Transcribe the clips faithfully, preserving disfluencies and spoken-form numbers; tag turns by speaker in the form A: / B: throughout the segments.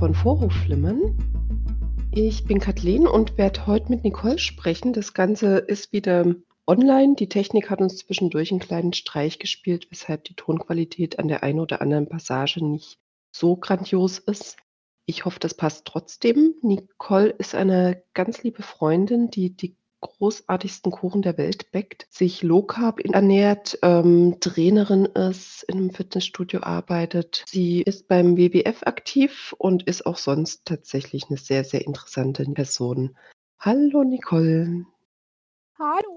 A: von Vorhofflimmern. Ich bin Kathleen und werde heute mit Nicole sprechen. Das Ganze ist wieder online. Die Technik hat uns zwischendurch einen kleinen Streich gespielt, weshalb die Tonqualität an der einen oder anderen Passage nicht so grandios ist. Ich hoffe, das passt trotzdem. Nicole ist eine ganz liebe Freundin, die die großartigsten Kuchen der Welt backt, sich Low Carb ernährt, ähm, Trainerin ist, in einem Fitnessstudio arbeitet. Sie ist beim W W F aktiv und ist auch sonst tatsächlich eine sehr, sehr interessante Person. Hallo Nicole.
B: Hallo.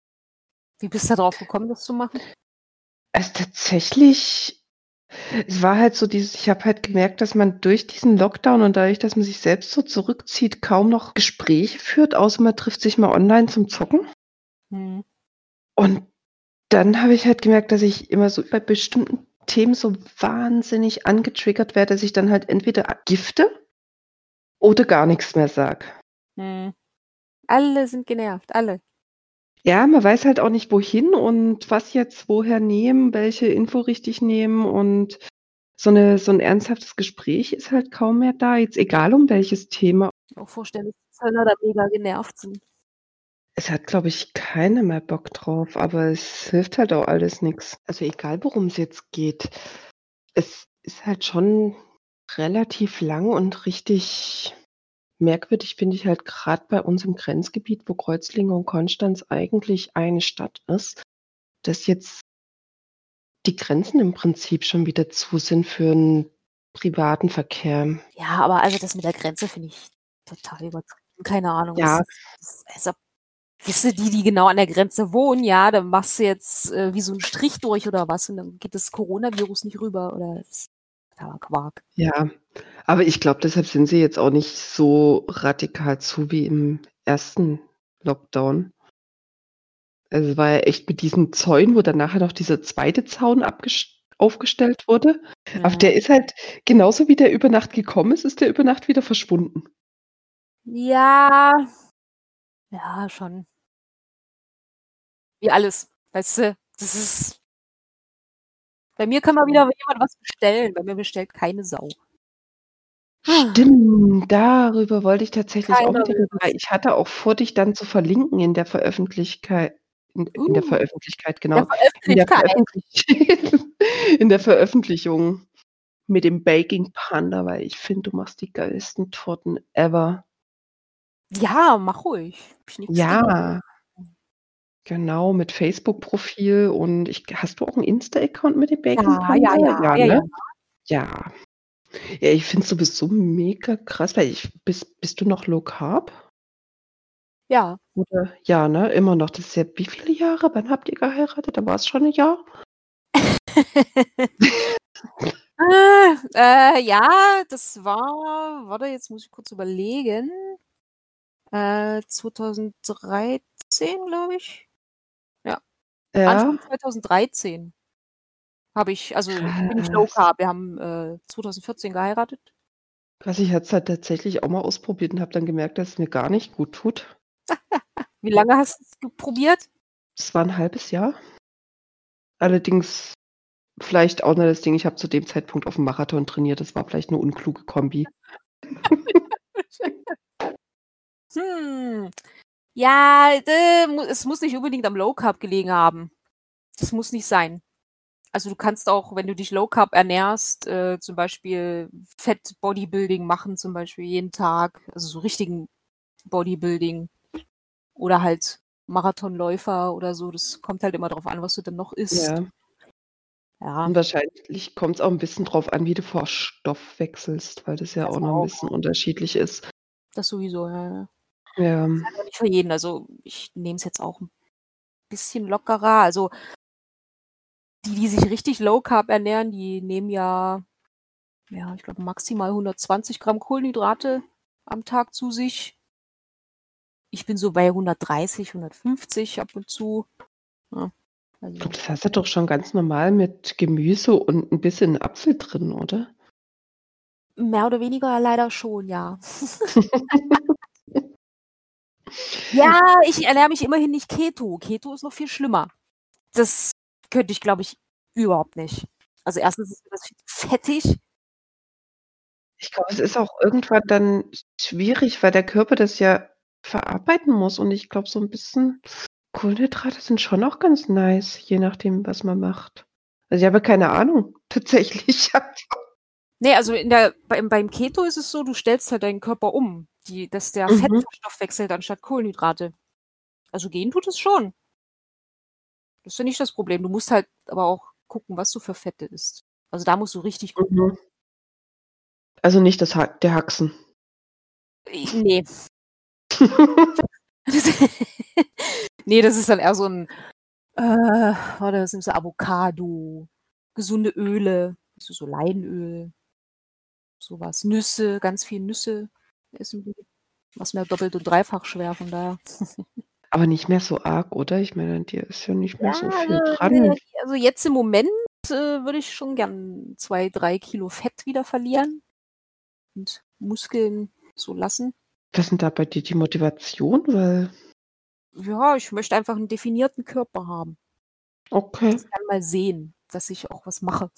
B: Wie bist du da drauf gekommen, das zu machen?
A: Also tatsächlich, es war halt so dieses, ich habe halt gemerkt, dass man durch diesen Lockdown und dadurch, dass man sich selbst so zurückzieht, kaum noch Gespräche führt, außer man trifft sich mal online zum Zocken.
B: Hm.
A: Und dann habe ich halt gemerkt, dass ich immer so bei bestimmten Themen so wahnsinnig angetriggert werde, dass ich dann halt entweder gifte oder gar nichts mehr sage.
B: Hm. Alle sind genervt, alle.
A: Ja, man weiß halt auch nicht, wohin und was jetzt woher nehmen, welche Info richtig nehmen und so, eine, so ein ernsthaftes Gespräch ist halt kaum mehr da, jetzt egal um welches Thema.
B: Ich kann mir auch vorstellen, dass Zöllner da mega genervt sind.
A: Es hat, glaube ich, keiner mehr Bock drauf, aber es hilft halt auch alles nichts. Also egal, worum es jetzt geht, es ist halt schon relativ lang und richtig merkwürdig, finde ich halt gerade bei uns im Grenzgebiet, wo Kreuzlingen und Konstanz eigentlich eine Stadt ist, dass jetzt die Grenzen im Prinzip schon wieder zu sind für 'n privaten Verkehr.
B: Ja, aber also das mit der Grenze finde ich total übertrieben. Keine Ahnung, was
A: Ja.
B: das ist. Also, weißt du, die, die genau an der Grenze wohnen, ja, dann machst du jetzt äh, wie so einen Strich durch oder was und dann geht das Coronavirus nicht rüber oder das ist totaler Quark.
A: Ja, aber ich glaube, deshalb sind sie jetzt auch nicht so radikal zu wie im ersten Lockdown. Also, es war ja echt mit diesen Zäunen, wo dann nachher noch dieser zweite Zaun abgest aufgestellt wurde. Aber
B: Ja.
A: der ist halt genauso wie der über Nacht gekommen ist, ist der über Nacht wieder verschwunden.
B: Ja. Ja, schon. Wie alles, weißt du? Das ist bei mir kann mal wieder jemand was bestellen. Bei mir bestellt keine Sau.
A: Stimmt, darüber wollte ich tatsächlich auch
B: Keiner
A: mit dir
B: will
A: reden, weil
B: was.
A: ich hatte auch vor, dich dann zu verlinken in der Veröffentlichkeit in in der
B: Uh,
A: Veröffentlichkeit,
B: der
A: genau, in der
B: Veröffentlichkeit.
A: Veröffentlich in der Veröffentlichung mit dem Baking Panda, weil ich finde, du machst die geilsten Torten ever.
B: Ja, mach ruhig. Habe ich nix gegen.
A: Ja, genau, mit Facebook-Profil und ich hast du auch 'n Insta-Account mit dem Baking
B: Ja, ja,
A: Panda?
B: ja,
A: Ja,
B: ja, ja.
A: ne? Ja. Ja, ich finde es sowieso mega krass, weil ich bist bist du noch Low Carb?
B: Ja.
A: Oder ja, ne, immer noch. Das ist ja wie viele Jahre? Wann habt ihr geheiratet? Da war's schon 'n Jahr?
B: Ah, äh, ja, das war warte, jetzt muss ich kurz überlegen. Äh, zweitausenddreizehn, glaube ich. Ja. Anfang
A: Ja.
B: zweitausenddreizehn habe ich also bin ich Low
A: Krass.
B: Carb. Wir haben, äh, zweitausendvierzehn geheiratet.
A: Krass, ich hatte es halt tatsächlich auch mal ausprobiert und habe dann gemerkt, dass es mir gar nicht gut tut.
B: Wie lange hast du's ge probiert?
A: Es war 'n halbes Jahr. Allerdings vielleicht auch nur das Ding, ich habe zu dem Zeitpunkt auf'm Marathon trainiert. Das war vielleicht 'ne unkluge Kombi.
B: Hm. Ja, äh, mu es muss nicht unbedingt am Low Carb gelegen haben. Das muss nicht sein. Also, du kannst auch, wenn du dich Low Carb ernährst, äh, zum Beispiel Fett Bodybuilding machen, zum Beispiel jeden Tag, also so richtigen Bodybuilding oder halt Marathonläufer oder so. Das kommt halt immer drauf an, was du dann noch isst.
A: Ja.
B: Ja.
A: Und wahrscheinlich kommt's auch 'n bisschen drauf an, wie du verstoffwechselst, weil das ja
B: Das
A: auch noch 'n
B: auch,
A: bisschen
B: ja.
A: unterschiedlich ist.
B: Das sowieso, ja, ja.
A: Ja.
B: Ist halt auch nicht für jeden. Also, ich nehme es jetzt auch 'n bisschen lockerer. Also die, die sich richtig Low Carb ernähren, die nehmen ja ja, ich glaube maximal hundertzwanzig Gramm Kohlenhydrate am Tag zu sich. Ich bin so bei hundertdreißig, hundertfünfzig ab und zu, ne? Also
A: Das hast du doch schon ganz normal mit Gemüse und 'n bisschen Apfel drin, oder?
B: Mehr oder weniger leider schon, ja. Ja, ich ernähre mich immerhin nicht Keto. Keto ist noch viel schlimmer. Das könnte ich, glaube ich, überhaupt nicht. Also, erstens ist mir das viel zu fettig.
A: Ich glaube, es ist auch irgendwann dann schwierig, weil der Körper das ja verarbeiten muss und ich glaube, so 'n bisschen Kohlenhydrate sind schon auch ganz nice, je nachdem, was man macht. Also, ich habe ja keine Ahnung, tatsächlich.
B: Ne, also in der beim beim Keto ist es so, du stellst halt deinen Körper um, die dass der Fett
A: Mhm.
B: verstoffwechselt anstatt Kohlenhydrate. Also, gehen tut es schon. Das ist ja nicht das Problem. Du musst halt aber auch gucken, was du für Fette isst. Also, da musst du richtig gucken.
A: Mhm. Also, nicht das Ha der Haxen.
B: I ne. Ne, das ist dann eher so 'n, äh warte, was nimmst du? Avocado, gesunde Öle, so so Leinöl so was. Nüsse, ganz viel Nüsse essen wir. Mach's mir doppelt und dreifach schwer, von daher.
A: Aber nicht mehr so arg, oder? Ich meine, an dir ist ja nicht
B: Ja,
A: mehr so
B: also
A: viel
B: ne,
A: dran.
B: also jetzt im Moment, äh, würde ich schon gern zwei, drei Kilo Fett wieder verlieren und Muskeln so lassen.
A: Was ist 'n da bei dir die Motivation? Weil
B: Ja, ich möchte einfach 'n definierten Körper haben.
A: Okay.
B: Das dann mal sehen, dass ich auch was mache.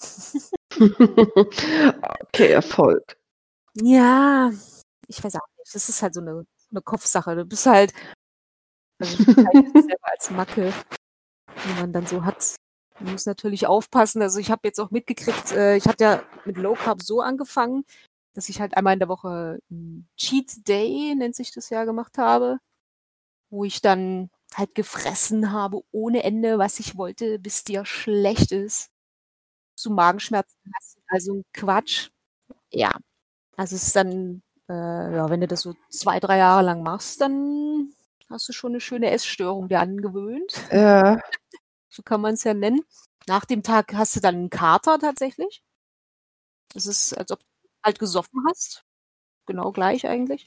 A: Okay, Erfolg.
B: Ja, ich weiß auch nicht. Das ist halt so 'ne so 'ne Kopfsache. Du bist halt also, ich bezeichne das selber als Macke, die man dann so hat. Man muss natürlich aufpassen. Also, ich habe jetzt auch mitgekriegt, äh, ich hatte ja mit Low Carb so angefangen, dass ich halt einmal in der Woche 'n Cheat Day, nennt sich das ja, gemacht habe, wo ich dann halt gefressen habe ohne Ende, was ich wollte, bis dir schlecht ist, bis du Magenschmerzen hast, also 'n Quatsch. Ja, also, es ist dann äh, ja, wenn du das so zwei, drei Jahre lang machst, dann hast du schon 'ne schöne Essstörung dir angewöhnt.
A: Ja.
B: So kann man's ja nennen. Nach dem Tag hast du dann 'n Kater tatsächlich. Das ist, als ob du halt gesoffen hast. Genau gleich eigentlich.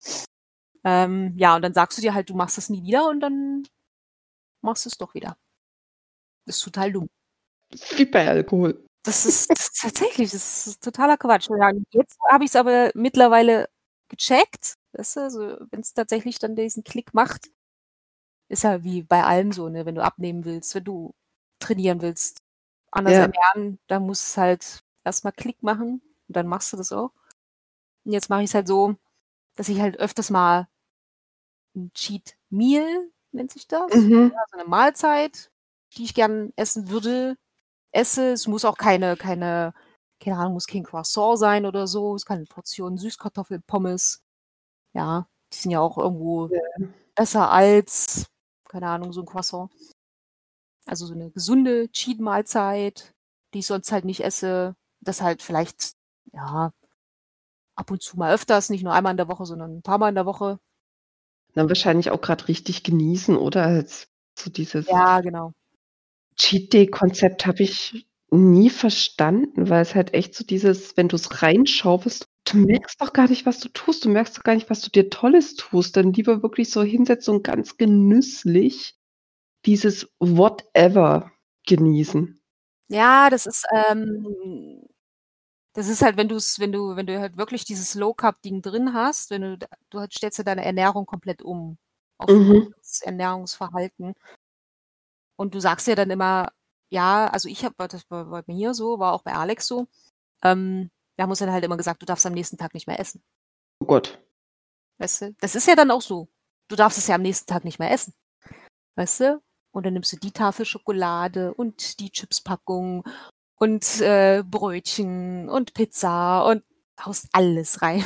B: Ähm, ja, und dann sagst du dir halt, du machst das nie wieder und dann machst du's doch wieder. Das ist total dumm.
A: Wie bei Alkohol.
B: Das ist das ist tatsächlich das ist totaler Quatsch. Ja, und jetzt habe ich's aber mittlerweile gecheckt, weißt du, so wenn's tatsächlich dann diesen Klick macht. Ist ja wie bei allem so, ne, wenn du abnehmen willst, wenn du trainieren willst, anders
A: Ja.
B: ernähren, dann muss es halt erst mal Klick machen und dann machst du das auch. Und jetzt mache ich's halt so, dass ich halt öfters mal 'n Cheat Meal nennt sich das,
A: Mhm.
B: ja, so 'ne Mahlzeit, die ich gern essen würde, esse. Es muss auch keine keine keine Ahnung, muss kein Croissant sein oder so. Es kann 'ne Portion Süßkartoffelpommes. Ja, die sind ja auch irgendwo
A: Ja.
B: besser als, keine Ahnung, so 'n Croissant. Also, so 'ne gesunde Cheat-Mahlzeit, die ich sonst halt nicht esse. Das halt vielleicht, ja ab und zu mal öfters, nicht nur einmal in der Woche, sondern 'n paarmal in der Woche.
A: Dann wahrscheinlich auch grad richtig genießen, oder? Als so dieses
B: Ja, genau.
A: Cheat-Day-Konzept habe ich nie verstanden, weil es halt echt so dieses wenn du's reinschaufelst du merkst doch gar nicht, was du tust. Du merkst doch gar nicht, was du dir Tolles tust. Dann lieber wirklich so hinsetzen und ganz genüsslich dieses Whatever genießen.
B: Ja, das ist, ähm das ist halt, wenn du's wenn du wenn du halt wirklich dieses Low-Carb-Ding drin hast, wenn du da du halt stellst ja deine Ernährung komplett um auf 'n
A: Mhm.
B: anderes Ernährungsverhalten. Und du sagst dir dann immer ja, also, ich habe das war bei mir so, war auch bei Alex so, ähm, wir haben uns dann halt immer gesagt: „Du darfst am nächsten Tag nicht mehr essen.“
A: Oh Gott.
B: Weißt du? Das ist ja dann auch so. Du darfst es ja am nächsten Tag nicht mehr essen. Weißt du? Und dann nimmst du die Tafel Schokolade und die Chipspackung und, äh, Brötchen und Pizza und haust alles rein.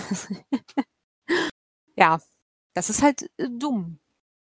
B: Ja, das ist halt, äh, dumm.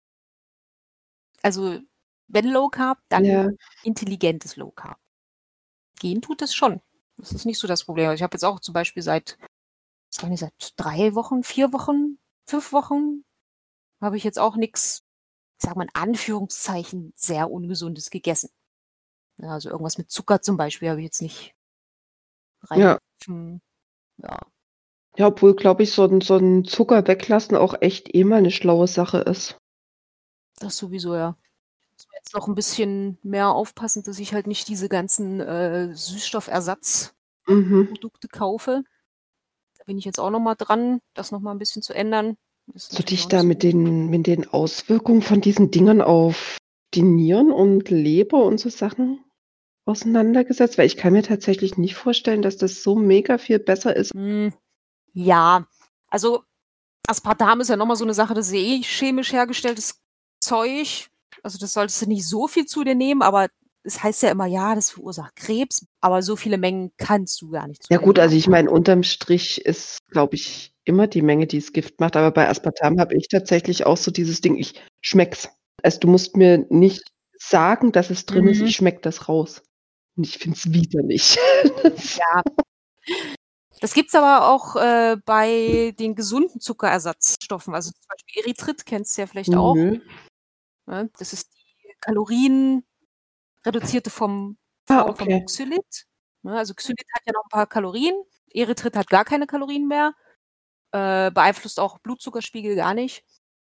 B: Also, wenn Low Carb, dann
A: Ja.
B: intelligentes Low Carb. Gehen tut es schon. Das ist nicht so das Problem. Also, ich habe jetzt auch zum Beispiel seit weiß gar nicht, seit drei Wochen, vier Wochen, fünf Wochen habe ich jetzt auch nix, ich sage mal in Anführungszeichen, sehr Ungesundes gegessen. Ja, also, irgendwas mit Zucker zum Beispiel habe ich jetzt nicht
A: Ja.
B: reingepfiffen, ja.
A: Ja, obwohl, glaube ich, so 'n so 'n Zucker weglassen auch echt eh mal 'ne schlaue Sache ist.
B: Das sowieso, ja. Muss man jetzt noch 'n bisschen mehr aufpassen, dass ich halt nicht diese ganzen, äh, Süßstoffersatzprodukte
A: Mhm.
B: kaufe. Da bin ich jetzt auch noch mal dran, das noch mal 'n bisschen zu ändern. Das ist
A: Hast du
B: natürlich
A: dich
B: auch nicht
A: da
B: so
A: mit
B: gut.
A: den mit den Auswirkungen von diesen Dingern auf die Nieren und Leber und so Sachen auseinandergesetzt? Weil ich kann mir tatsächlich nicht vorstellen, dass das so mega viel besser ist.
B: Hm. Ja, also Aspartam ist ja nochmal so eine Sache, das ist ja eh chemisch hergestelltes Zeug. Also das solltest du nicht so viel zu dir nehmen, aber es heißt ja immer, ja, das verursacht Krebs, aber so viele Mengen kannst du gar nicht zu
A: Ja
B: dir
A: gut,
B: nehmen
A: also
B: am
A: ich meine,
B: Tag.
A: unterm Strich ist, glaube ich, immer die Menge, die es Gift macht, aber bei Aspartam habe ich tatsächlich auch so dieses Ding, ich schmeck's. Also du musst mir nicht sagen, dass es drin ist,
B: Mhm.
A: ich schmecke das raus. Und ich finde es widerlich.
B: Ja. Das gibt's aber auch äh, bei den gesunden Zuckerersatzstoffen. Also zum Beispiel Erythrit kennst du ja vielleicht auch.
A: Nö.
B: Ne? Das ist die kalorienreduzierte Form,
A: Ah,
B: Form vom
A: okay.
B: Xylit. Ne? Also Xylit hat ja noch ein paar Kalorien. Erythrit hat gar keine Kalorien mehr. Äh, beeinflusst auch Blutzuckerspiegel gar nicht.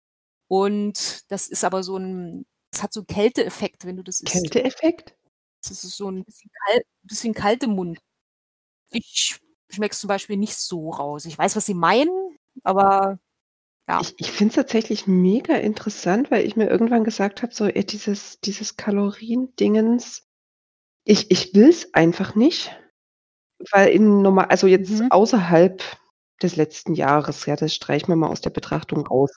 B: Und das ist aber so ein, das hat so einen Kälteeffekt, wenn du das isst.
A: Kälteeffekt?
B: Das ist so ein bisschen, kalt, bisschen kalt im Mund. Ich schmeck's zum Beispiel nicht so raus. Ich weiß, was sie meinen, aber ja.
A: Ich, ich finde es tatsächlich mega interessant, weil ich mir irgendwann gesagt habe, so ey, dieses, dieses Kalorien-Dingens, ich, ich will es einfach nicht, weil in normal, also jetzt
B: Mhm.
A: außerhalb des letzten Jahres, ja, das streichen wir mal aus der Betrachtung raus.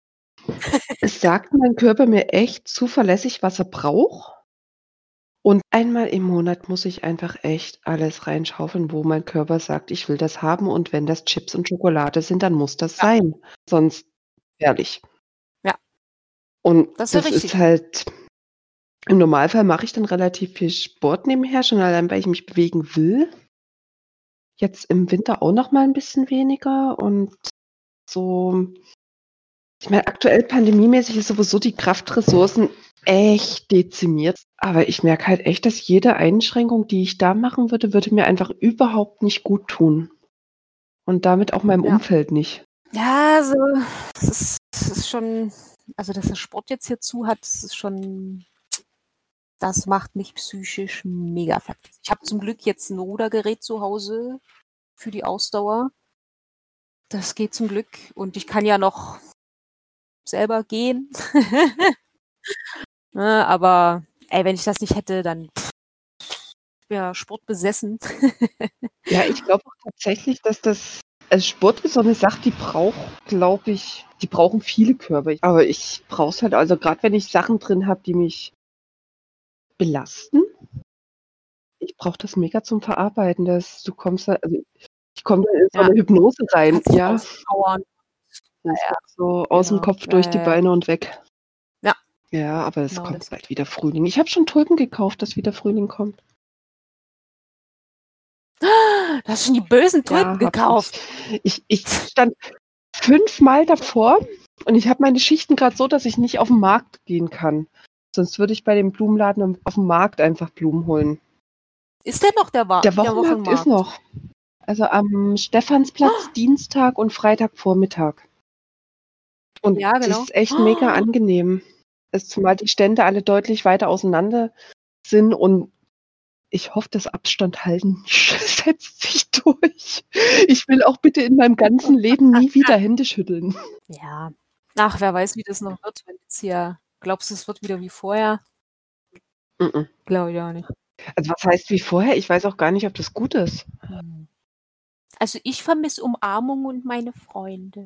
A: Es sagt mein Körper mir echt zuverlässig, was er braucht. Und einmal im Monat muss ich einfach echt alles reinschaufeln, wo mein Körper sagt, ich will das haben. Und wenn das Chips und Schokolade sind, dann muss das
B: Ja.
A: sein. Sonst ehrlich.
B: Ja.
A: Und
B: Das ist ja
A: das ist
B: richtig.
A: halt, im Normalfall mache ich dann relativ viel Sport nebenher, schon allein, weil ich mich bewegen will. Jetzt im Winter auch noch mal ein bisschen weniger und so. Ich meine, aktuell pandemiemäßig ist sowieso die Kraftressourcen echt dezimiert. Aber ich merke halt echt, dass jede Einschränkung, die ich da machen würde, würde mir einfach überhaupt nicht gut tun. Und damit auch meinem
B: Ja.
A: Umfeld nicht.
B: Ja, also das ist, das ist schon, also dass der Sport jetzt hier zu hat, das ist schon, das macht mich psychisch mega fertig. Ich habe zum Glück jetzt ein Rudergerät zu Hause für die Ausdauer. Das geht zum Glück und ich kann ja noch selber gehen. Ne, aber ey, wenn ich das nicht hätte, dann wäre Sport besessen.
A: Ja, ich glaube auch tatsächlich, dass das also Sport ist so eine Sache, die braucht, glaube ich die brauchen viele Körper. Aber ich brauche es halt also gerade wenn ich Sachen drin habe, die mich belasten. Ich brauche das mega zum Verarbeiten, dass du kommst da also ich komme da in so
B: Ja.
A: 'ne Hypnose rein,
B: Kannst dich
A: ja.
B: auspowern. Ja,
A: Das
B: ja.
A: wird so aus'm
B: Genau.
A: Kopf
B: Ja,
A: durch die
B: ja, ja.
A: Beine und weg.
B: Ja.
A: Ja, aber es
B: Genau
A: kommt
B: das.
A: bald wieder Frühling. Ich habe schon Tulpen gekauft, dass wieder Frühling kommt.
B: Du hast schon die bösen Tulpen
A: Ja, habe
B: gekauft.
A: ich. Ich ich stand fünfmal davor und ich habe meine Schichten grad so, dass ich nicht auf 'n Markt gehen kann. Sonst würde ich bei dem Blumenladen am auf'm Markt einfach Blumen holen.
B: Ist denn noch der Wa
A: Der
B: der
A: Wochenmarkt ist
B: Wochenmarkt?
A: noch. Also, am Stephansplatz Dienstag und Freitagvormittag. Und
B: Ja,
A: das
B: genau.
A: ist echt mega angenehm. Es zumal die Stände alle deutlich weiter auseinander sind und ich hoffe, das Abstand halten setzt sich durch. Ich will auch bitte in meinem ganzen Leben nie wieder Hände schütteln.
B: Ja. Ach, wer weiß, wie das noch wird, wenn jetzt hier glaubst du, es wird wieder wie vorher?
A: M-m.
B: Glaube ich auch nicht.
A: Also, was heißt wie vorher? Ich weiß auch gar nicht, ob das gut ist.
B: Hm. Also, ich vermisse Umarmung und meine Freunde.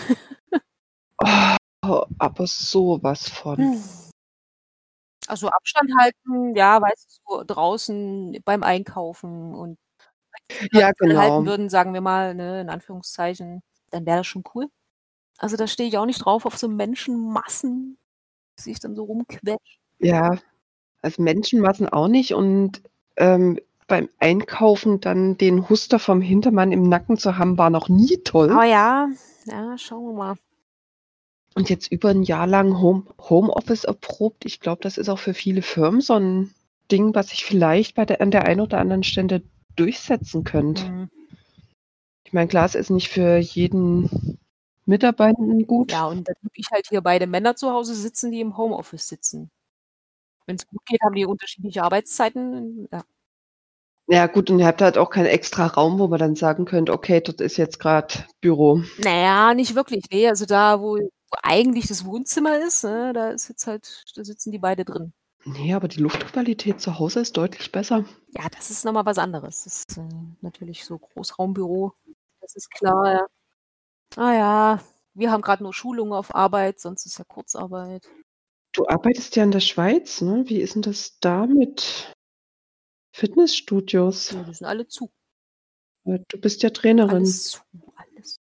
A: Oh, aber so was von.
B: Hm. Also, Abstand halten, ja, weißt du, so draußen beim Einkaufen und wenn sich
A: Ja,
B: Leute halten
A: genau.
B: würden, sagen wir mal, ne, in Anführungszeichen, dann wäre das schon cool. Also, da stehe ich auch nicht drauf auf so Menschenmassen, die sich dann so rumquetschen.
A: Ja, also, Menschenmassen auch nicht und, ähm, beim Einkaufen dann den Huster vom Hintermann im Nacken zu haben, war noch nie toll.
B: Aber ja, ja, schauen wir mal.
A: Und jetzt über 'n Jahr lang Home Homeoffice erprobt. Ich glaube, das ist auch für viele Firmen so 'n Ding, was sich vielleicht bei der an der einen oder anderen Stelle durchsetzen könnte.
B: Mhm.
A: Ich meine, klar, es ist nicht für jeden Mitarbeitenden gut.
B: Ja, und dann habe ich halt hier beide Männer zu Hause sitzen, die im Homeoffice sitzen. Wenn's gut geht, haben die unterschiedliche Arbeitszeiten, ja.
A: Ja gut, und ihr habt halt auch keinen extra Raum, wo man dann sagen könnt: „Okay, dort ist jetzt grad Büro.“
B: Na ja, nicht wirklich, ne. Also, da, wo wo eigentlich das Wohnzimmer ist, ne, da ist jetzt halt da sitzen die beide drin.
A: Ne, aber die Luftqualität zu Hause ist deutlich besser.
B: Ja, das ist noch mal was anderes. Das ist, äh, natürlich so Großraumbüro. das ist klar, ja. Ah ja, wir haben grad nur Schulung auf Arbeit, sonst ist ja Kurzarbeit.
A: Du arbeitest ja in der Schweiz, ne? Wie ist 'n das da mit Fitnessstudios?
B: Ja, die sind alle zu.
A: Weil du bist ja Trainerin.
B: Alles zu, alles.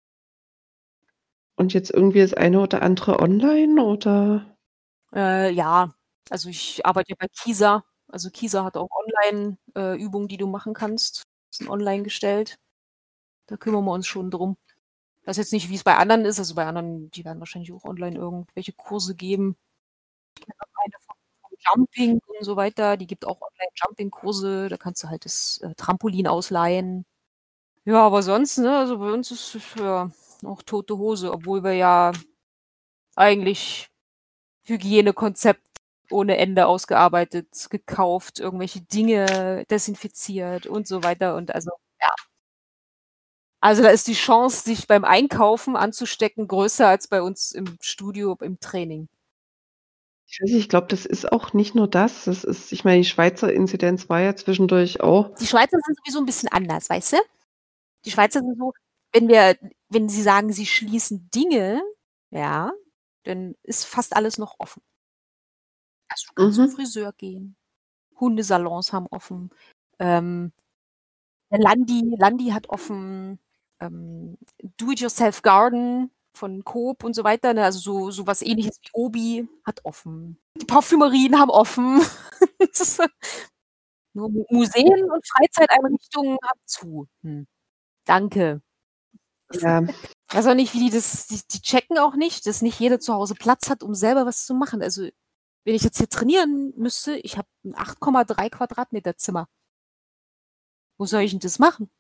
A: Und jetzt irgendwie das eine oder andere online, oder?
B: Äh, ja, also ich arbeite ja bei Kisa. Also Kisa hat auch online äh, Übungen, die du machen kannst, sind online gestellt. Da kümmern wir uns schon drum. Weiß jetzt nicht, wie's bei anderen ist. Also bei anderen, die werden wahrscheinlich auch online irgendwelche Kurse geben. Ich kenne auch eine von von Jumping und so weiter, die gibt auch online Jumping-Kurse. Da kannst du halt das, äh, Trampolin ausleihen. Ja, aber sonst, ne, also bei uns ist es ja auch tote Hose, obwohl wir ja eigentlich Hygienekonzept ohne Ende ausgearbeitet, gekauft, irgendwelche Dinge desinfiziert und so weiter und also, ja. Also, da ist die Chance, sich beim Einkaufen anzustecken, größer als bei uns im Studio im Training.
A: Ich weiß nicht, ich glaube, das ist auch nicht nur das. Das ist ich meine, die Schweizer Inzidenz war ja zwischendurch auch
B: Die Schweizer sind sowieso 'n bisschen anders, weißt du? Die Schweizer sind so, wenn wir wenn sie sagen, sie schließen Dinge, ja, dann ist fast alles noch offen. Also, du kannst zum
A: Mhm.
B: Friseur gehen. Hundesalons haben offen. Ähm, der Landi Landi hat offen. Ähm, Do-it-yourself Garden von Coop und so weiter, ne, also so so was Ähnliches wie Obi hat offen. Die Parfümerien haben offen. Das ist so nur Mu Museen und Freizeiteinrichtungen haben zu. Hm, danke.
A: Ja.
B: Weiß auch nicht, wie die das die die checken auch nicht, dass nicht jeder zu Hause Platz hat, um selber was zu machen. Also, wenn ich jetzt hier trainieren müsste, ich habe 'n acht Komma drei Quadratmeter Zimmer. Wo soll ich 'n das machen?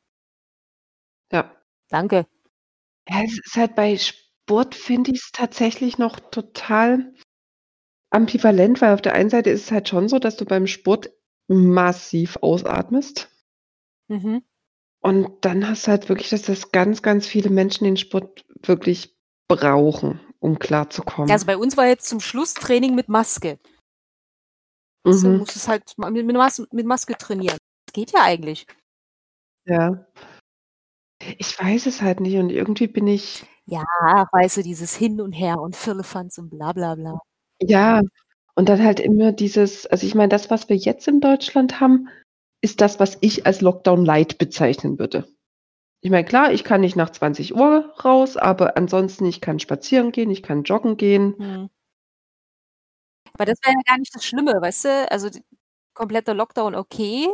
A: Ja.
B: Danke.
A: Ja, es ist halt bei Sport finde ich's tatsächlich noch total ambivalent, weil auf der einen Seite ist es halt schon so, dass du beim Sport massiv ausatmest.
B: Mhm.
A: Und dann hast du halt wirklich, dass das ganz, ganz viele Menschen den Sport wirklich brauchen, um
B: Ja, also
A: klarzukommen.
B: bei uns war jetzt zum Schluss Training mit Maske. Weißt du,
A: Mhm.
B: musstest halt ma mi mit Mas mit Maske trainieren. Geht ja eigentlich.
A: Ja. Ich weiß es halt nicht und irgendwie bin ich
B: Ja, weißt du, dieses Hin und Her und Firlefanz und bla bla bla.
A: Ja, und dann halt immer dieses also ich meine, das, was wir jetzt in Deutschland haben, ist das, was ich als Lockdown Light bezeichnen würde. Ich meine, klar, ich kann nicht nach zwanzig Uhr raus, aber ansonsten, ich kann spazieren gehen, ich kann joggen gehen.
B: Mhm. Aber das wäre ja gar nicht das Schlimme, weißt du? Also d kompletter Lockdown, okay.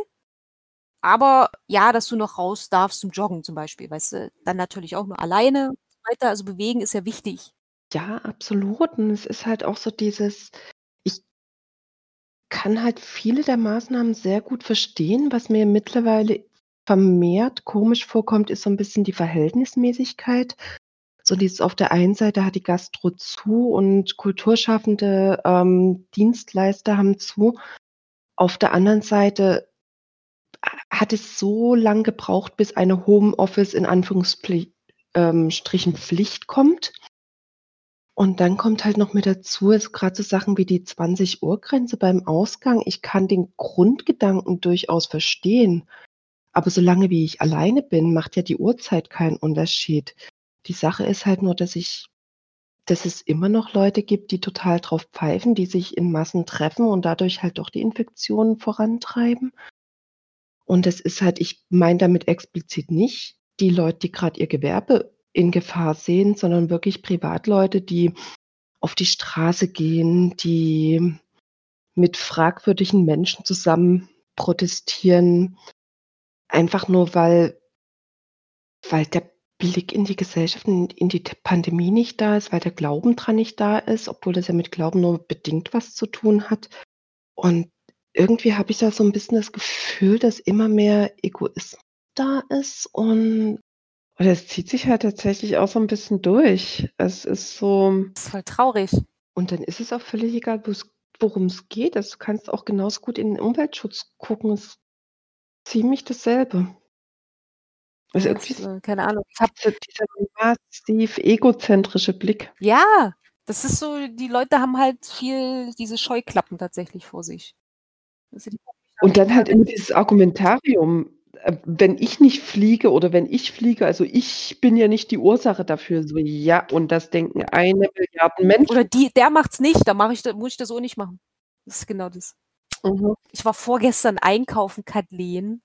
B: Aber ja, dass du noch raus darfst zum Joggen zum Beispiel, weißt du? Dann natürlich auch nur alleine und so weiter. Also bewegen ist ja wichtig.
A: Ja, absolut. Und es ist halt auch so dieses ich kann halt viele der Maßnahmen sehr gut verstehen. Was mir mittlerweile vermehrt komisch vorkommt, ist so 'n bisschen die Verhältnismäßigkeit. So dieses auf der einen Seite hat die Gastro zu und Kulturschaffende, ähm, Dienstleister haben zu. Auf der anderen Seite ha hat es so lang gebraucht, bis eine Homeoffice in Anführungspli ähm, Strichen Pflicht kommt. Und dann kommt halt noch mit dazu, also grad so Sachen wie die zwanzig Uhr Grenze beim Ausgang. Ich kann den Grundgedanken durchaus verstehen, aber solange wie ich alleine bin, macht ja die Uhrzeit keinen Unterschied. Die Sache ist halt nur, dass ich dass es immer noch Leute gibt, die total drauf pfeifen, die sich in Massen treffen und dadurch halt doch die Infektionen vorantreiben. Und das ist halt ich meine damit explizit nicht die Leute, die grad ihr Gewerbe in Gefahr sehen, sondern wirklich Privatleute, die auf die Straße gehen, die mit fragwürdigen Menschen zusammen protestieren, einfach nur, weil weil der Blick in die Gesellschaft und in die t Pandemie nicht da ist, weil der Glauben dran nicht da ist, obwohl das ja mit Glauben nur bedingt was zu tun hat. Und irgendwie habe ich da so 'n bisschen das Gefühl, dass immer mehr Egoismus da ist und und es zieht sich halt tatsächlich auch so 'n bisschen durch. Es ist so
B: Ist voll traurig.
A: Und dann ist es auch völlig egal, wo's worum's geht. Also, du kannst auch genauso gut in den Umweltschutz gucken. Ist ziemlich dasselbe. Also,
B: Ja,
A: irgendwie
B: ist
A: ist
B: äh, keine Ahnung. Ich habe
A: dieser dieser massiv egozentrische Blick.
B: Ja, das ist so die Leute haben halt viel diese Scheuklappen tatsächlich vor sich. Weißt du, die gucken nicht nach
A: Und
B: dem
A: dann halt immer
B: Umweltschutz.
A: dieses Argumentarium. Äh, wenn ich nicht fliege oder wenn ich fliege, also ich bin ja nicht die Ursache dafür. So, ja, und das denken eine Milliarden
B: Oder
A: Menschen.
B: die der macht's nicht, dann mache ich da muss ich das auch nicht machen. Das ist genau das.
A: Mhm.
B: Ich war vorgestern einkaufen, Kathleen.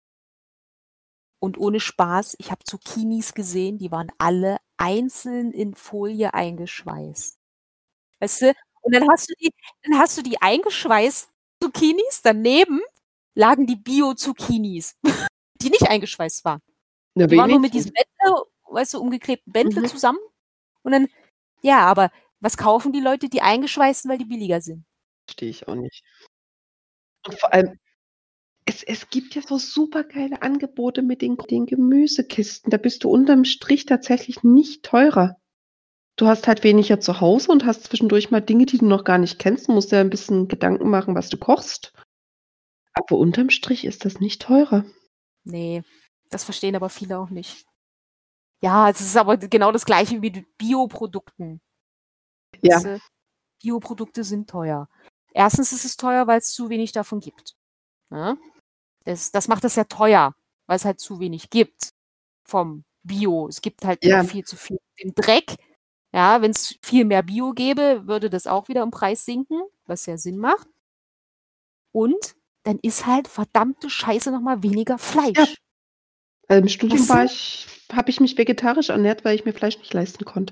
B: Und ohne Spaß, ich habe Zucchinis gesehen, die waren alle einzeln in Folie eingeschweißt. Weißt du? Und dann hast du die dann hast du die eingeschweißten Zucchinis, daneben lagen die Bio-Zucchinis, die nicht eingeschweißt waren.
A: Na,
B: Die waren nur mit
A: wenigstens.
B: diesem Bändle, weißt du, umgeklebten Bändle
A: Mhm.
B: zusammen. Und dann ja, aber was kaufen die Leute? Die eingeschweißten, weil die billiger sind.
A: Verstehe ich auch nicht. Und vor allem, es es gibt ja so supergeile Angebote mit den den Gemüsekisten. Da bist du unterm Strich tatsächlich nicht teurer. Du hast halt weniger zu Hause und hast zwischendurch mal Dinge, die du noch gar nicht kennst. Du musst dir ein bisschen Gedanken machen, was du kochst. Aber unterm Strich ist das nicht teurer.
B: Ne, das verstehen aber viele auch nicht. Ja, es ist aber d genau das Gleiche wie mit Bioprodukten.
A: Ja.
B: Weißt du? Bioprodukte sind teuer. Erstens ist es teuer, weil's zu wenig davon gibt, ne? Das das macht das ja teuer, weil's halt zu wenig gibt vom Bio. Es gibt halt noch
A: Ja.
B: viel zu viel im Dreck. Ja, wenn's viel mehr Bio gäbe, würde das auch wieder im Preis sinken, was ja Sinn macht. Und dann ist halt verdammte Scheiße noch mal weniger
A: Ja.
B: Fleisch.
A: Im Studium
B: Weißt
A: war
B: du?
A: ich habe ich mich vegetarisch ernährt, weil ich mir Fleisch nicht leisten konnte.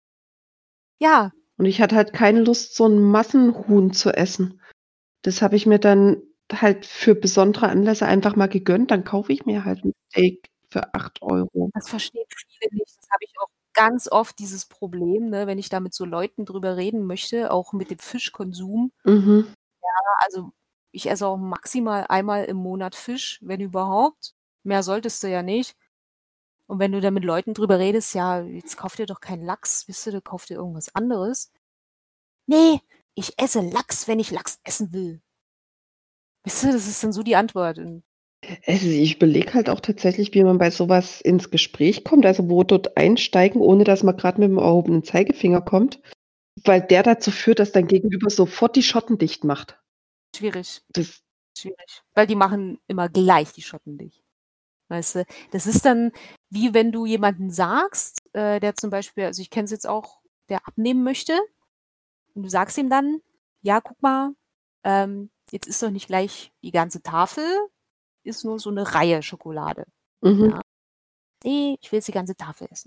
B: Ja.
A: Und ich hatte halt keine Lust, so 'n Massenhuhn zu essen. Das habe ich mir dann halt für besondere Anlässe einfach mal gegönnt. Dann kaufe ich mir halt 'n Steak für acht Euro.
B: Das verstehen viele nicht. Das habe ich auch ganz oft, dieses Problem, ne, wenn ich da mit so Leuten drüber reden möchte, auch mit dem Fischkonsum.
A: Mhm.
B: Ja, also ich esse auch maximal einmal im Monat Fisch, wenn überhaupt. Mehr solltest du ja nicht. Und wenn du da mit Leuten drüber redest: „Ja, jetzt kauf dir doch keinen Lachs, wisst ihr, kauf dir irgendwas anderes.“ „Ne, ich esse Lachs, wenn ich Lachs essen will.“ Weißt du, das ist dann so die Antwort und
A: Also, ich überlege halt auch tatsächlich, wie man bei so was ins Gespräch kommt, also wo dort einsteigen, ohne dass man grad mit dem erhobenen Zeigefinger kommt, weil der dazu führt, dass dein Gegenüber sofort die Schotten dicht macht.
B: Schwierig.
A: Das
B: Schwierig. Weil die machen immer gleich die Schotten dicht. Weißt du? Das ist dann, wie wenn du jemanden sagst, äh, der zum Beispiel also ich kenne es jetzt auch, der abnehmen möchte und du sagst ihm dann: „Ja, guck mal, ähm, jetzt isst doch nicht gleich die ganze Tafel, iss nur so 'ne Reihe Schokolade.“
A: Mhm.
B: Ja. „Ne, ich will jetzt die ganze Tafel essen.“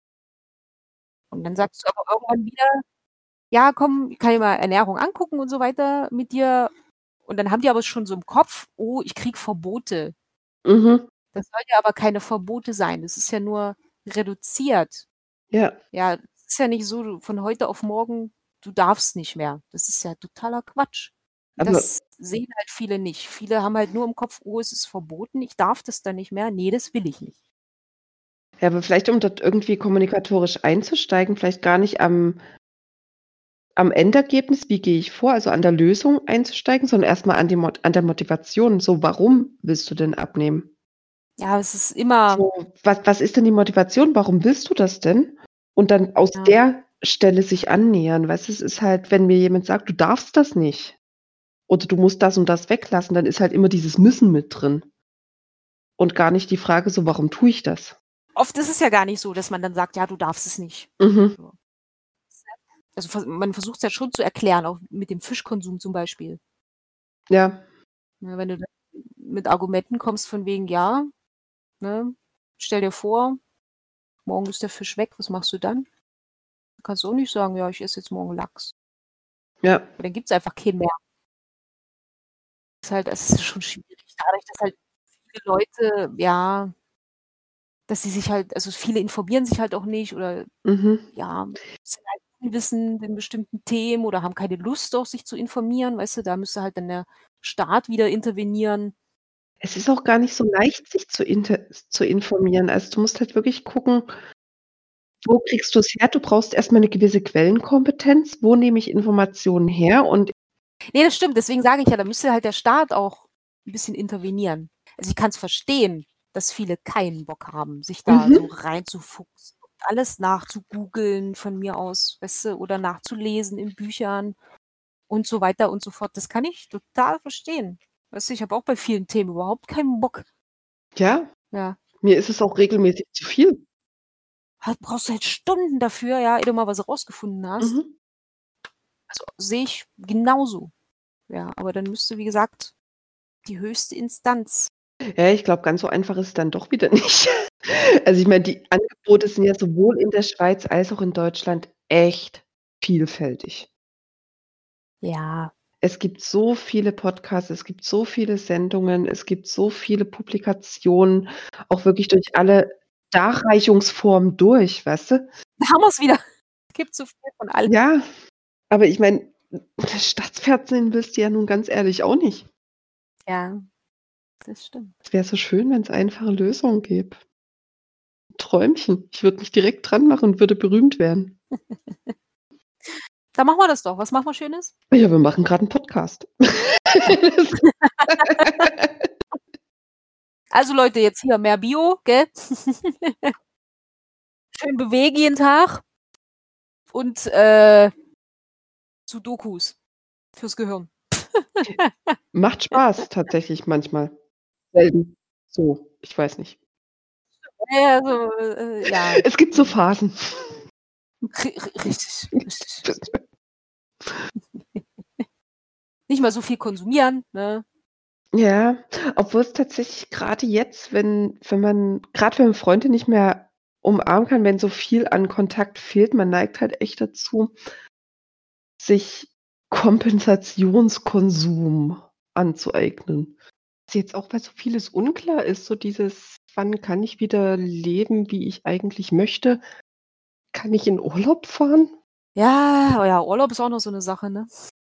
B: Und dann sagst du aber irgendwann wieder: „Ja, komm, ich kann dir mal Ernährung angucken und so weiter mit dir.“ Und dann haben die aber schon so im Kopf: „Oh, ich kriege Verbote.“
A: Mhm.
B: Das soll ja aber keine Verbote sein. Das ist ja nur reduziert.
A: Ja.
B: Ja, es ist ja nicht so, du von heute auf morgen, du darfst nicht mehr. Das ist ja totaler Quatsch.
A: Aber
B: Das sehen halt viele nicht. Viele haben halt nur im Kopf: „Oh, es ist verboten, ich darf das dann nicht mehr. Ne, das will ich nicht.“
A: Ja, aber vielleicht, um dort irgendwie kommunikatorisch einzusteigen, vielleicht gar nicht am am Endergebnis, wie gehe ich vor, also an der Lösung einzusteigen, sondern erst mal an die Mot an der Motivation. So, warum willst du denn abnehmen?
B: Ja, es ist immer
A: So, was was ist denn die Motivation? Warum willst du das denn? Und dann aus
B: Ja.
A: der Stelle sich annähern. Weißt du, es ist halt, wenn mir jemand sagt: „Du darfst das nicht oder du musst das und das weglassen“, dann ist halt immer dieses Müssen mit drin. Und gar nicht die Frage so: „Warum tue ich das?“
B: Oft ist es ja gar nicht so, dass man dann sagt: „Ja, du darfst es nicht.“
A: Mhm.
B: So. Also vers man versucht's ja schon zu erklären, auch mit dem Fischkonsum zum Beispiel.
A: Ja.
B: Ne, wenn du da mit Argumenten kommst von wegen: „Ja, ne, stell dir vor, morgen ist der Fisch weg, was machst du dann?“ Kannst du auch nicht sagen: „Ja, ich esse jetzt morgen Lachs.“
A: Ja.
B: Dann gibt's einfach keinen mehr. Ist halt es ist schon schwierig, dadurch, dass halt viele Leute, ja dass sie sich halt also viele informieren sich halt auch nicht oder,
A: Mhm.
B: ja, sind halt unwissend in bestimmten Themen oder haben keine Lust auch, sich zu informieren, weißt du? Da müsste halt dann der Staat wieder intervenieren.
A: Es ist auch gar nicht so leicht, sich zu inte zu informieren. Also, du musst halt wirklich gucken wo kriegst du's her? Du brauchst erst mal 'ne gewisse Quellenkompetenz. Wo nehme ich Informationen her? Und
B: Ne, das stimmt, deswegen sage ich ja, da müsste halt der Staat auch 'n bisschen intervenieren. Also, ich kann's verstehen, dass viele keinen Bock haben, sich da so
A: Mhm.
B: reinzufuchsen und alles nachzugoogeln von mir aus, weißt du, oder nachzulesen in Büchern und so weiter und so fort. Das kann ich total verstehen. Weißt du, ich habe auch bei vielen Themen überhaupt keinen Bock.
A: Ja,
B: Ja.
A: mir ist es auch regelmäßig zu viel.
B: Halt brauchst du halt Stunden dafür, ja, ehe du mal was rausgefunden hast.
A: Mhm.
B: Also, sehe ich genauso. Ja, aber dann müsste, wie gesagt, die höchste Instanz.
A: Ja, ich glaube, ganz so einfach ist es dann doch wieder nicht. Also, ich meine, die Angebote sind ja sowohl in der Schweiz als auch in Deutschland echt vielfältig.
B: Ja.
A: Es gibt so viele Podcasts, es gibt so viele Sendungen, es gibt so viele Publikationen, auch wirklich durch alle Darreichungsformen durch, weißt du?
B: Da haben wir's wieder. Gibt so viel von allem.
A: Ja, aber ich meine, Staatsfernsehen willst du ja nun ganz ehrlich auch nicht.
B: Ja, das stimmt.
A: Es wäre so schön, wenn's einfache Lösungen gäbe. Träumchen. Ich würde mich direkt dran machen und würde berühmt werden.
B: Dann machen wir das doch. Was machen wir Schönes?
A: Ja, wir machen grad 'n Podcast.
B: Also, Leute, jetzt hier mehr Bio, gell? Schön bewegen jeden Tag. Und, äh Sudokus fürs Gehirn.
A: Macht Spaß tatsächlich manchmal. Selten. So, ich weiß nicht.
B: Ja, ja, so, äh, ja.
A: Es gibt so Phasen.
B: Ri ri richtig, richtig, richtig. Nicht mal so viel konsumieren, ne?
A: Ja, obwohl's tatsächlich grade jetzt, wenn wenn man grad wenn man Freunde nicht mehr umarmen kann, wenn so viel an Kontakt fehlt, man neigt halt echt dazu sich Kompensationskonsum anzueignen. Ist jetzt auch, weil so vieles unklar ist, so dieses: „Wann kann ich wieder leben, wie ich eigentlich möchte? Kann ich in Urlaub fahren?“
B: Ja, oh ja, Urlaub ist auch noch so 'ne Sache, ne?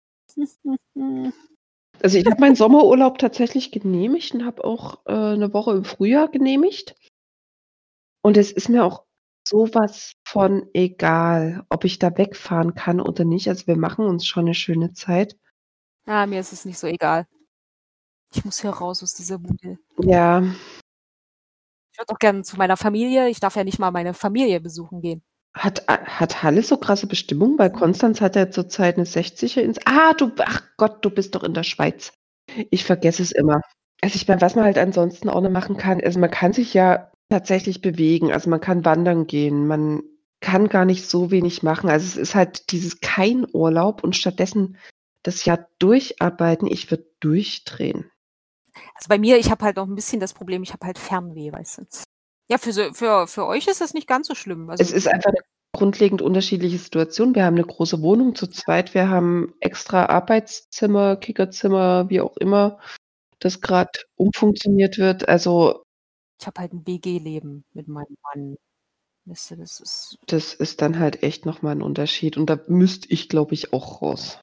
A: Also, ich habe meinen Sommerurlaub tatsächlich genehmigt und habe auch, äh, 'ne Woche im Frühjahr genehmigt. Und es ist mir auch so was von egal, ob ich da wegfahren kann oder nicht. Also, wir machen uns schon 'ne schöne Zeit.
B: Ah, mir ist es nicht so egal. Ich muss hier raus aus dieser Bude.
A: Ja.
B: Ich würde auch gern zu meiner Familie. Ich darf ja nicht mal meine Familie besuchen gehen.
A: Hat A hat Halle so krasse Bestimmungen? Weil Konstanz hat ja zurzeit 'ne sechziger Inz ah, du ach Gott, du bist doch in der Schweiz. Ich vergesse es immer. Also, ich meine, was man halt ansonsten auch noch machen kann also, man kann sich ja tatsächlich bewegen. Also, man kann wandern gehen. Man kann gar nicht so wenig machen. Also, es ist halt dieses kein Urlaub und stattdessen das Jahr durcharbeiten. Ich würde durchdrehen.
B: Also, bei mir ich habe halt auch 'n bisschen das Problem, ich habe halt Fernweh, weißt du? Ja, für so für für euch ist das nicht ganz so schlimm.
A: Es
B: Also
A: ist einfach 'ne grundlegend unterschiedliche Situation. Wir haben 'ne große Wohnung zu
B: Ja.
A: zweit. Wir haben extra Arbeitszimmer, Kickerzimmer, wie auch immer, das grad umfunktioniert wird. Also
B: Ich habe halt 'n WG-Leben mit meinem Mann. Weißt du, das ist
A: das ist dann halt echt noch mal 'n Unterschied und da müsste ich, glaube ich, auch raus.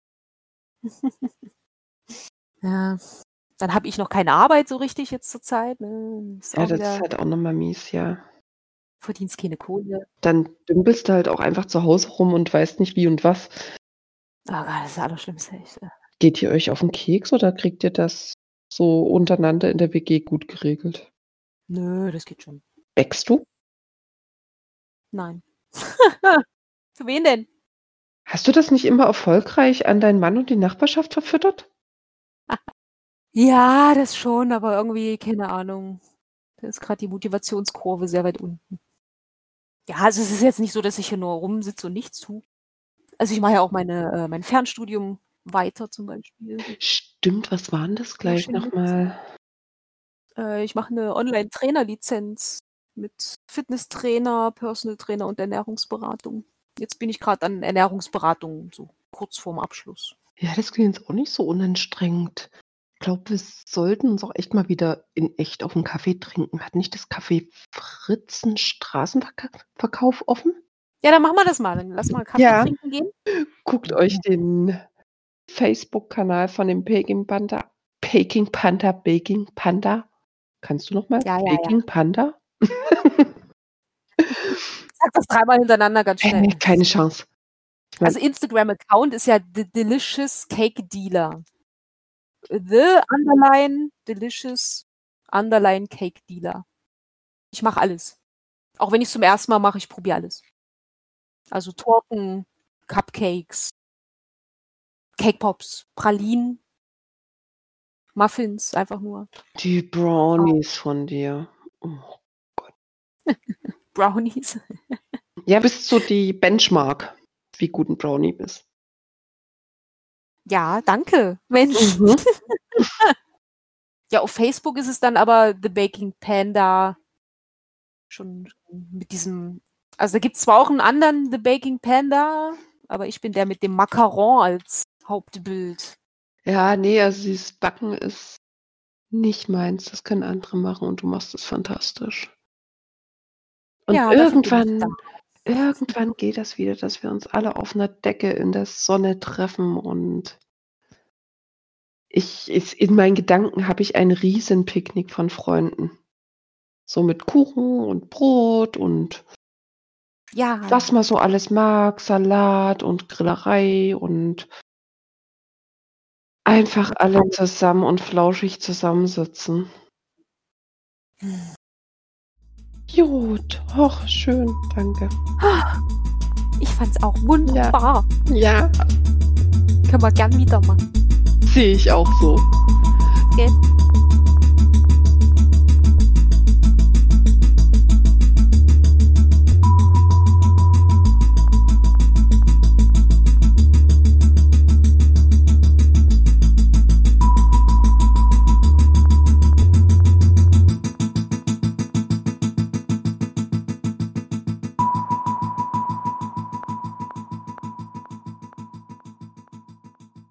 B: Ja, dann habe ich noch keine Arbeit so richtig jetzt zur Zeit, ne? Ist
A: Ja,
B: auch
A: das ist
B: wieder
A: halt auch noch mal mies, ja.
B: verdienst keine Kohle.
A: Dann dümpelst du halt auch einfach zu Hause rum und weißt nicht wie und was.
B: Oh Gott, das ist das Allerschlimmste, echt, ja.
A: Geht ihr euch auf 'n Keks oder kriegt ihr das so untereinander in der WG gut geregelt?
B: Nö, das geht schon.
A: Bäckst du?
B: Nein. Für wen denn?
A: Hast du das nicht immer erfolgreich an deinen Mann und die Nachbarschaft verfüttert?
B: Ja, das schon, aber irgendwie, keine Ahnung, da ist grad die Motivationskurve sehr weit unten. Ja, also, es ist jetzt nicht so, dass ich hier nur rumsitze und nichts tue. Also, ich mache ja auch meine äh, mein Fernstudium weiter zum Beispiel.
A: Stimmt, was war 'n das gleich
B: Mach
A: noch
B: mit.
A: mal?
B: Äh, ich mache 'ne Online-Trainerlizenz mit Fitnesstrainer, Personal Trainer und Ernährungsberatung. Jetzt bin ich grad an Ernährungsberatung so kurz vorm Abschluss.
A: Ja, das klingt jetzt auch nicht so unanstrengend. Ich glaube, wir sollten uns auch echt mal wieder in echt auf 'n Kaffee trinken. Hat nicht das Café Fritz 'n Straßenverka Verkauf offen?
B: Ja, dann machen wir das mal. Dann lass mal Kaffee
A: Ja.
B: trinken gehen.
A: Guckt euch den Facebook-Kanal von dem Peking Panda Peking Panda Baking Panda kannst du noch mal?
B: Ja, ja, ja.
A: Peking Panda?
B: Sag das dreimal hintereinander ganz schnell.
A: Äh, keine Chance.
B: Also, Instagram-Account ist ja The Delicious Cake Dealer. The Underline Delicious Underline Cake Dealer. Ich mache alles. Auch wenn ich's zum ersten Mal mache, ich probiere alles. Also, Torten, Cupcakes Cake Pops, Pralinen Muffins, einfach nur.
A: Die Brownies von dir. Oh Gott.
B: Brownies.
A: Ja, bist du die Benchmark, wie gut ein Brownie bist.
B: Ja, danke, Mensch.
A: Mhm.
B: Ja, auf Facebook ist es dann aber The Baking Panda schon mit diesem, also da gibt es zwar auch einen anderen The Baking Panda, aber ich bin der mit dem Macaron als Hauptbild.
A: Ja, nee, also dieses Backen ist nicht meins. Das können andere machen und du machst es fantastisch. Und
B: Ja, dafür bin ich da.
A: irgendwann, irgendwann geht das wieder, dass wir uns alle auf einer Decke in der Sonne treffen und ich, ich in meinen Gedanken habe ich ein Riesenpicknick von Freunden. So mit Kuchen und Brot und
B: Ja,
A: was man so alles mag, Salat und Grillerei und einfach alle zusammen und flauschig zusammensitzen. Gut, ach schön, danke.
B: ich fand's auch wunderbar.
A: Ja,
B: Können wir gern wieder machen.
A: sehe ich auch so.
B: Gell?